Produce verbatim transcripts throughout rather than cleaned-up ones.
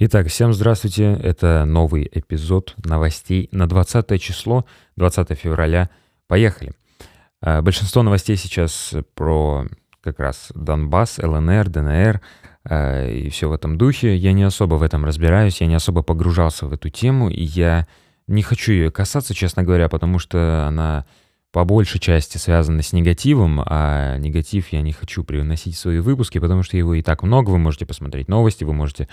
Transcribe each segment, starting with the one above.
Итак, всем здравствуйте. Это новый эпизод новостей на двадцатое число, двадцатое февраля. Поехали. А, Большинство новостей сейчас про как раз Донбасс, ЛНР, ДНР а, и все в этом духе. Я не особо в этом разбираюсь, я не особо погружался в эту тему, и я не хочу ее касаться, честно говоря, потому что она по большей части связана с негативом, а негатив я не хочу привносить в свои выпуски, потому что его и так много. Вы можете посмотреть новости, вы можете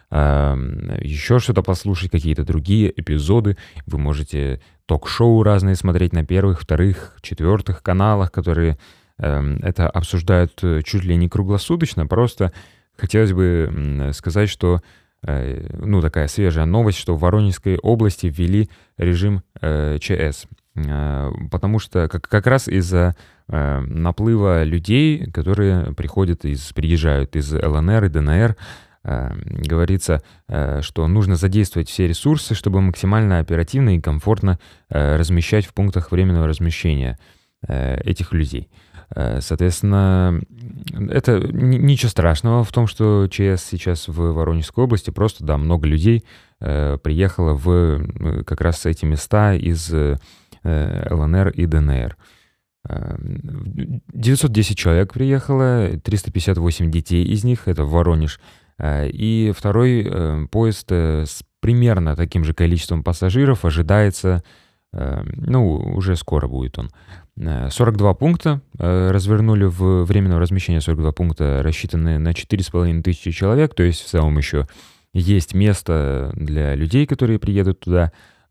еще что-то послушать, какие-то другие эпизоды. Вы можете ток-шоу разные смотреть на первых, вторых, четвертых каналах, которые эм, это обсуждают э, чуть ли не круглосуточно. Просто хотелось бы м, сказать, что э, ну, такая свежая новость, что в Воронежской области ввели режим э, ЧС. Э, потому что как, как раз из-за э, наплыва людей, которые приходят из, приезжают из ЛНР и ДНР, э, говорится, э, что нужно задействовать все ресурсы, чтобы максимально оперативно и комфортно э, размещать в пунктах временного размещения э, этих людей. Э, Соответственно, это н- ничего страшного в том, что ЧС сейчас в Воронежской области. Просто, да, много людей э, приехало в э, как раз эти места из э, ЛНР и ДНР. Э, девятьсот десять человек приехало, триста пятьдесят восемь детей из них, это в Воронеж. Э, И второй э, поезд э, с примерно таким же количеством пассажиров ожидается, э, ну, уже скоро будет он. Э, сорок два пункта э, развернули в временном размещении, сорок два пункта рассчитаны на четыре с половиной тысячи человек, то есть в целом еще есть место для людей, которые приедут туда.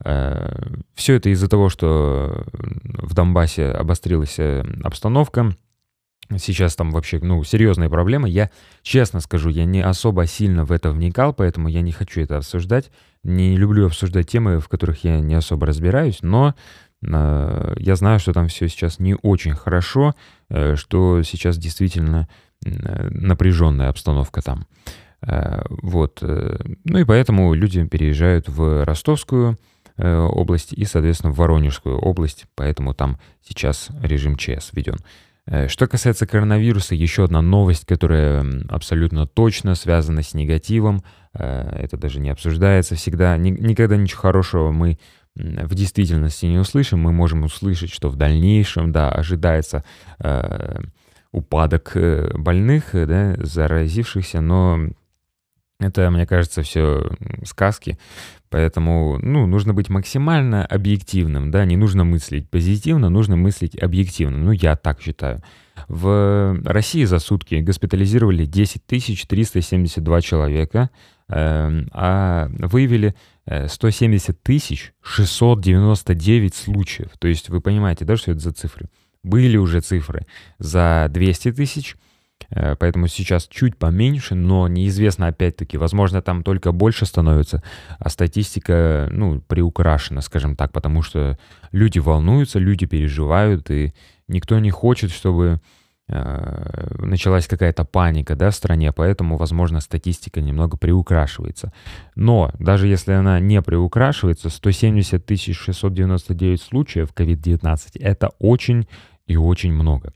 Все это из-за того, что в Донбассе обострилась э, обстановка. Сейчас там вообще, ну, серьезные проблемы. Я, честно скажу, я не особо сильно в это вникал, поэтому я не хочу это обсуждать. Не люблю обсуждать темы, в которых я не особо разбираюсь, но э, я знаю, что там все сейчас не очень хорошо, э, что сейчас действительно э, напряженная обстановка там. Э, вот. э, Ну и поэтому люди переезжают в Ростовскую э, область и, соответственно, в Воронежскую область, поэтому там сейчас режим ЧС введен. Э, Что касается коронавируса, еще одна новость, которая м, абсолютно точно связана с негативом. Э, Это даже не обсуждается всегда. Ни- Никогда ничего хорошего мы м, в действительности не услышим. Мы можем услышать, что в дальнейшем, да, ожидается э, упадок э, больных, э, да, заразившихся, но это, мне кажется, все сказки. Поэтому, ну, нужно быть максимально объективным, да, не нужно мыслить позитивно, нужно мыслить объективно. Ну, я так считаю. В России за сутки госпитализировали десять тысяч триста семьдесят два человека, эм, а выявили э, сто семьдесят тысяч шестьсот девяносто девять случаев. То есть вы понимаете, да, что это за цифры? Были уже цифры за двести тысяч, Э, Поэтому сейчас чуть поменьше, но неизвестно, опять-таки, возможно, там только больше становится, а статистика, ну, приукрашена, скажем так, потому что люди волнуются, люди переживают, и никто не хочет, чтобы э, началась какая-то паника, да, в стране, поэтому, возможно, статистика немного приукрашивается. Но даже если она не приукрашивается, сто семьдесят тысяч шестьсот девяносто девять случаев ковид девятнадцать — это очень и очень много.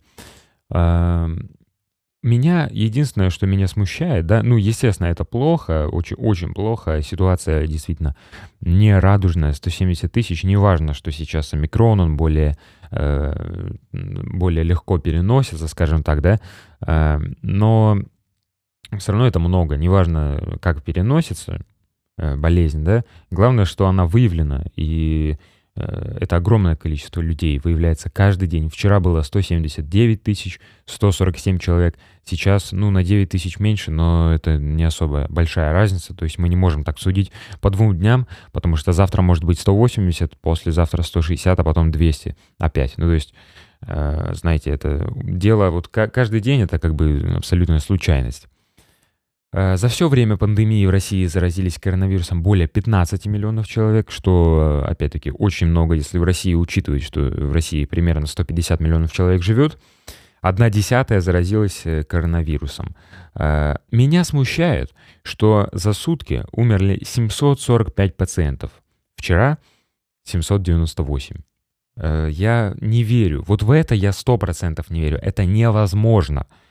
Ам, Меня единственное, что меня смущает, да, ну, естественно, это плохо, очень, очень плохо, ситуация действительно не радужная, сто семьдесят тысяч, неважно, что сейчас омикрон, он более, э, более легко переносится, скажем так, да, э, но все равно это много, неважно, как переносится э, болезнь, да, главное, что она выявлена, и э, это огромное количество людей выявляется каждый день. Вчера было сто семьдесят девять тысяч сто сорок семь человек, сейчас, ну, на девять тысяч меньше, но это не особо большая разница, то есть мы не можем так судить по двум дням, потому что завтра может быть сто восемьдесят, послезавтра сто шестьдесят, а потом двести опять. Ну, то есть, э, знаете, это дело, вот ка- каждый день это как бы абсолютная случайность. Э, За все время пандемии в России заразились коронавирусом более пятнадцать миллионов человек, что, э, опять-таки, очень много, если в России учитывать, что в России примерно сто пятьдесят миллионов человек живет, одна десятая заразилась э, коронавирусом. Э, Меня смущает, что за сутки умерли семьсот сорок пять пациентов. Вчера семьсот девяносто восемь. Э, Я не верю. Вот в это я сто процентов не верю. Это невозможно.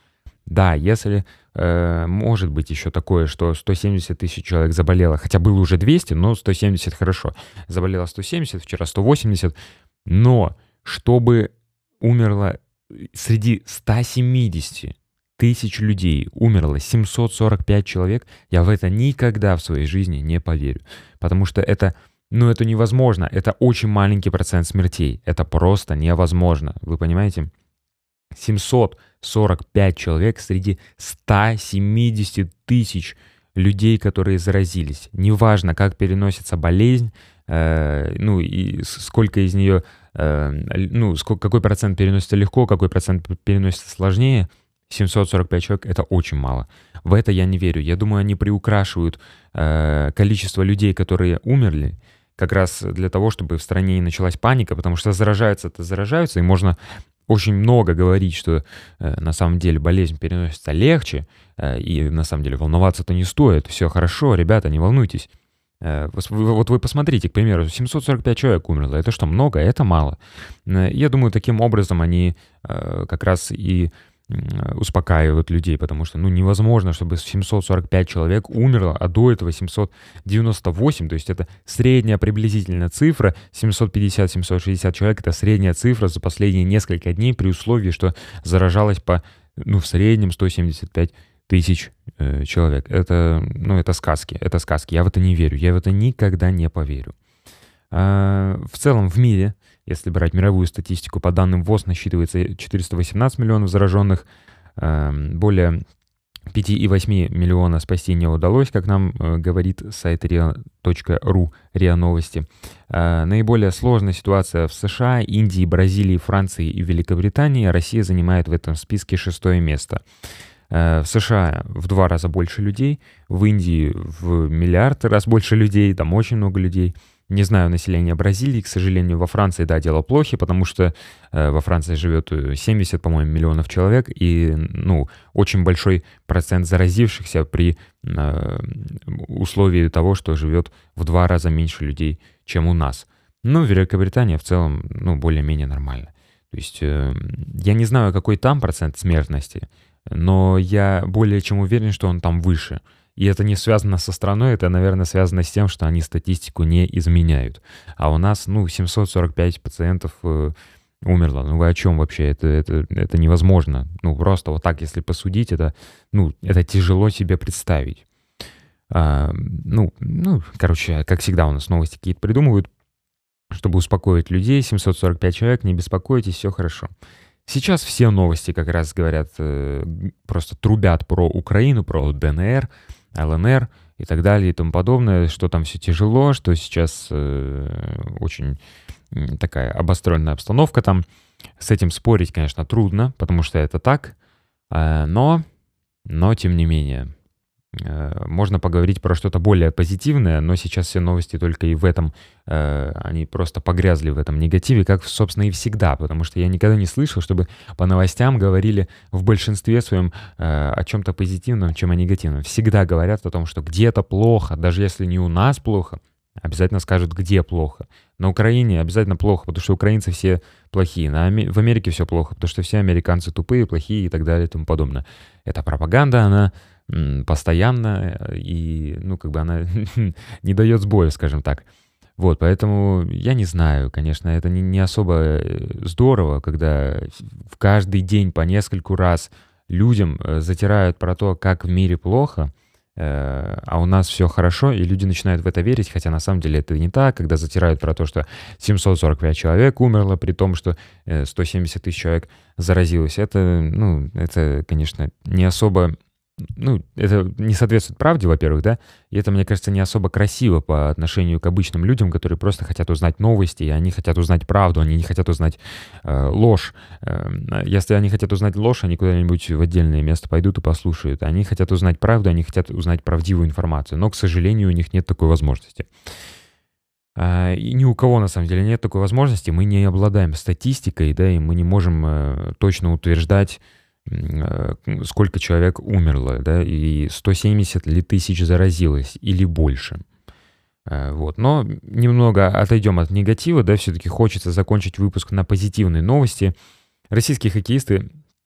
Да, если э, может быть еще такое, что сто семьдесят тысяч человек заболело, хотя было уже двести, но сто семьдесят хорошо. Заболело сто семьдесят, вчера сто восемьдесят, но чтобы умерло э, среди ста семидесяти тысяч людей умерло семьсот сорок пять человек, я в это никогда в своей жизни не поверю. Потому что это, ну, это невозможно. Это очень маленький процент смертей. Это просто невозможно. Вы понимаете? семьсот сорок пять человек среди ста семидесяти тысяч людей, которые заразились. Неважно, как переносится болезнь, э, ну и с- сколько из нее, э, л- ну, сколько, какой процент переносится легко, какой процент п- переносится сложнее. семьсот сорок пять человек — это очень мало. В это я не верю. Я думаю, они приукрашивают э, количество людей, которые умерли, как раз для того, чтобы в стране не началась паника, потому что заражаются-то заражаются, и можно очень много говорить, что э, на самом деле болезнь переносится легче, э, и на самом деле волноваться-то не стоит. Все хорошо, ребята, не волнуйтесь. Э, вос- вы- Вот вы посмотрите, к примеру, семьсот сорок пять человек умерло. Это что, много? Это мало. Э, Я думаю, таким образом они э, как раз и м, успокаивают людей, потому что, ну, невозможно, чтобы семьсот сорок пять человек умерло, а до этого семьсот девяносто восемь, то есть это средняя приблизительная цифра, семьсот пятьдесят - семьсот шестьдесят человек — это средняя цифра за последние несколько дней при условии, что заражалось по, ну, в среднем сто семьдесят пять тысяч э, человек. Это, ну, это сказки, это сказки, я в это не верю, я в это никогда не поверю. А, В целом в мире, если брать мировую статистику, по данным ВОЗ насчитывается четыреста восемнадцать миллионов зараженных, эм, более пять и восемь миллиона спасти не удалось, как нам э, говорит сайт риа точка ру, РИА Новости. А, Наиболее сложная ситуация в США, Индии, Бразилии, Франции и Великобритании. а Россия занимает в этом списке шестое место. Э, В США в два раза больше людей, в Индии в миллиард раз больше людей, там очень много людей. Не знаю население Бразилии, к сожалению, во Франции, да, дело плохи, потому что э, во Франции живет э, семьдесят, по-моему, миллионов человек, и, ну, очень большой процент заразившихся при э, условии того, что живет в два раза меньше людей, чем у нас. Ну, Великобритания в целом, ну, более-менее нормально. То есть э, я не знаю, какой там процент смертности, но я более чем уверен, что он там выше. И это не связано со страной, это, наверное, связано с тем, что они статистику не изменяют. А у нас, ну, семьсот сорок пять пациентов э, умерло. Ну вы о чем вообще? Это, это, это невозможно. Ну просто вот так, если посудить, это, ну, это тяжело себе представить. А, ну, ну, короче, как всегда у нас новости какие-то придумывают, чтобы успокоить людей. семьсот сорок пять человек, не беспокойтесь, все хорошо. Сейчас все новости как раз говорят, э, просто трубят про Украину, про ДНР, ЛНР и так далее и тому подобное, что там все тяжело, что сейчас э, очень м, такая обостренная обстановка там. С этим спорить, конечно, трудно, потому что это так, э, но, но тем не менее. Э, Можно поговорить про что-то более позитивное, но сейчас все новости только и в этом, э, они просто погрязли в этом негативе, как, собственно, и всегда, потому что я никогда не слышал, чтобы по новостям говорили в большинстве своем э, о чем-то позитивном, чем о негативном. Всегда говорят о том, что где-то плохо, даже если не у нас плохо, обязательно скажут, где плохо. На Украине обязательно плохо, потому что украинцы все плохие. На Аме- в Америке все плохо, потому что все американцы тупые, плохие и так далее и тому подобное. Эта пропаганда, она м, постоянно, э, и, ну, как бы она не дает сбоя, скажем так. Вот, поэтому я не знаю, конечно, это не, не особо э, здорово, когда в каждый день по нескольку раз людям э, затирают про то, как в мире плохо, э, а у нас все хорошо, и люди начинают в это верить, хотя на самом деле это не так, когда затирают про то, что семьсот сорок пять человек умерло, при том, что э, сто семьдесят тысяч человек заразилось. Это, ну, это, конечно, не особо, ну, это не соответствует правде, во-первых, да, и это, мне кажется, не особо красиво по отношению к обычным людям, которые просто хотят узнать новости, и они хотят узнать правду, они не хотят узнать э, ложь. Э, если они хотят узнать ложь, они куда-нибудь в отдельное место пойдут и послушают. Они хотят узнать правду, они хотят узнать правдивую информацию, но, к сожалению, у них нет такой возможности. А, И ни у кого, на самом деле, нет такой возможности. Мы не обладаем статистикой, да, и мы не можем э, точно утверждать, м, э, сколько человек умерло, да, и сто семьдесят ли тысяч заразилось или больше. Э, Вот. Но немного отойдем от негатива, да, все-таки хочется закончить выпуск на позитивной новости. Российские хоккеисты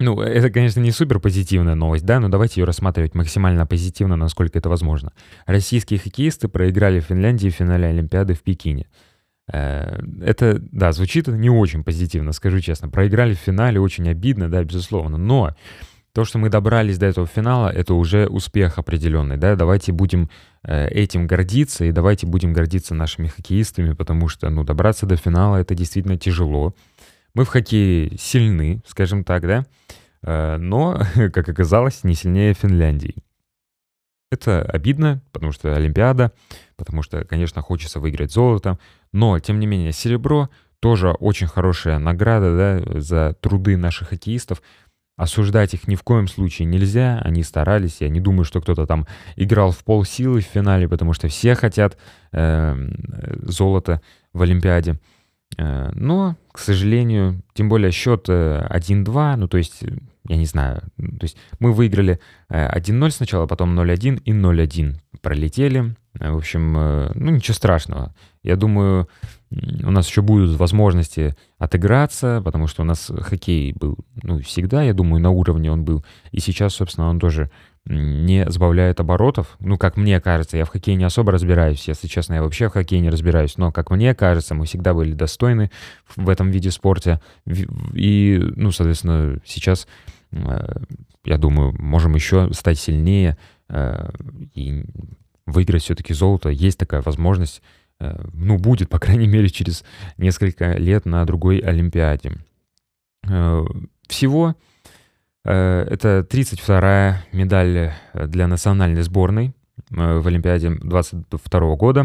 Ну, это, конечно, не супер позитивная новость, да, но давайте ее рассматривать максимально позитивно, насколько это возможно. Российские хоккеисты проиграли Финляндии в финале Олимпиады в Пекине. Э, Это, да, звучит не очень позитивно, скажу честно. Проиграли в финале, очень обидно, да, безусловно. Но то, что мы добрались до этого финала, это уже успех определенный, да. Давайте будем э, этим гордиться, и давайте будем гордиться нашими хоккеистами, потому что, ну, добраться до финала — это действительно тяжело. Мы в хоккее сильны, скажем так, да, э, но, как оказалось, не сильнее Финляндии. Это обидно, потому что Олимпиада, потому что, конечно, хочется выиграть золото, но, тем не менее, серебро тоже очень хорошая награда, да, за труды наших хоккеистов. Осуждать их ни в коем случае нельзя, они старались, я не думаю, что кто-то там играл в полсилы в финале, потому что все хотят э, золото в Олимпиаде. Э, Но, к сожалению, тем более счет э, один-два, ну то есть, э, я не знаю, м, то есть мы выиграли э, один ноль сначала, потом ноль один и ноль один пролетели. Э, В общем, э, ну ничего страшного. Я думаю, м, у нас еще будут возможности отыграться, потому что у нас хоккей был, ну, всегда, я думаю, на уровне он был. И сейчас, собственно, он тоже м, не сбавляет оборотов. Ну, как мне кажется, я в хоккее не особо разбираюсь. Если честно, я вообще в хоккее не разбираюсь. Но, как мне кажется, мы всегда были достойны в этом виде спорта. Ви- И, ну, соответственно, сейчас, э, я думаю, можем еще стать сильнее э, и выиграть все-таки золото. Есть такая возможность. Э, Ну, будет, по крайней мере, через несколько лет на другой Олимпиаде. Э, Всего э, это тридцать вторая медаль э, для национальной сборной э, в Олимпиаде двадцать второго года.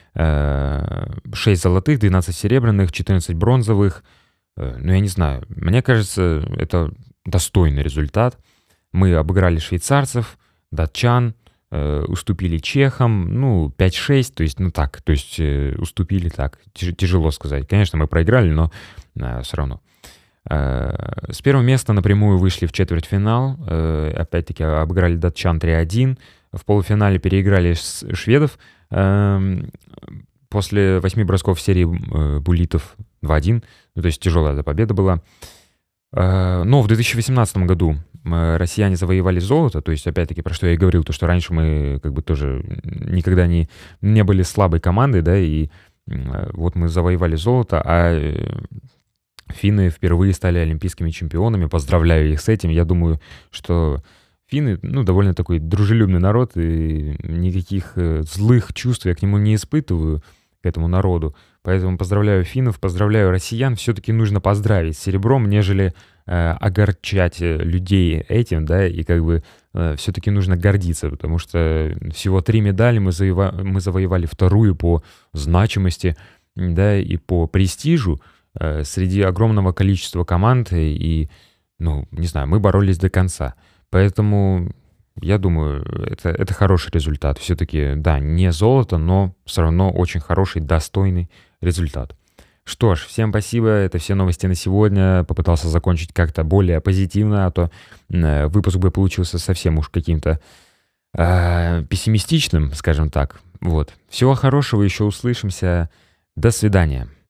Э, шесть золотых, двенадцать серебряных, четырнадцать бронзовых. Э, Ну, я не знаю, мне кажется, это достойный результат. Мы обыграли швейцарцев, датчан, э, уступили чехам, ну, пять-шесть, то есть, ну так, то есть э, уступили так, тяж- тяжело сказать. Конечно, мы проиграли, но все равно. Э, С первого места напрямую вышли в четвертьфинал. Э, Опять-таки обыграли датчан три-один. В полуфинале переиграли с- шведов. Эм, После восьми бросков серии э, буллитов два-один. Ну, то есть тяжелая эта победа была. Э, Но в две тысячи восемнадцатом году э, россияне завоевали золото. То есть, опять-таки, про что я и говорил, то, что раньше мы как бы тоже никогда не, не были слабой командой, да, и э, вот мы завоевали золото, а э, финны впервые стали олимпийскими чемпионами. Поздравляю их с этим. Я думаю, что финны, ну, довольно такой дружелюбный народ, и никаких э, злых чувств я к нему не испытываю, к этому народу. Поэтому поздравляю финнов, поздравляю россиян. Все-таки нужно поздравить с серебром, нежели э, огорчать э, людей этим, да, и как бы все-таки нужно гордиться, потому что всего три медали мы, заева- мы завоевали вторую по значимости, м, да, и по престижу э, среди огромного количества команд, и, ну, не знаю, мы боролись до конца. Поэтому я думаю, это, это хороший результат. Все-таки, да, не золото, но все равно очень хороший, достойный результат. Что ж, всем спасибо. Это все новости на сегодня. Попытался закончить как-то более позитивно, а то э, выпуск бы получился совсем уж каким-то э, пессимистичным, скажем так. Вот. Всего хорошего, еще услышимся. До свидания.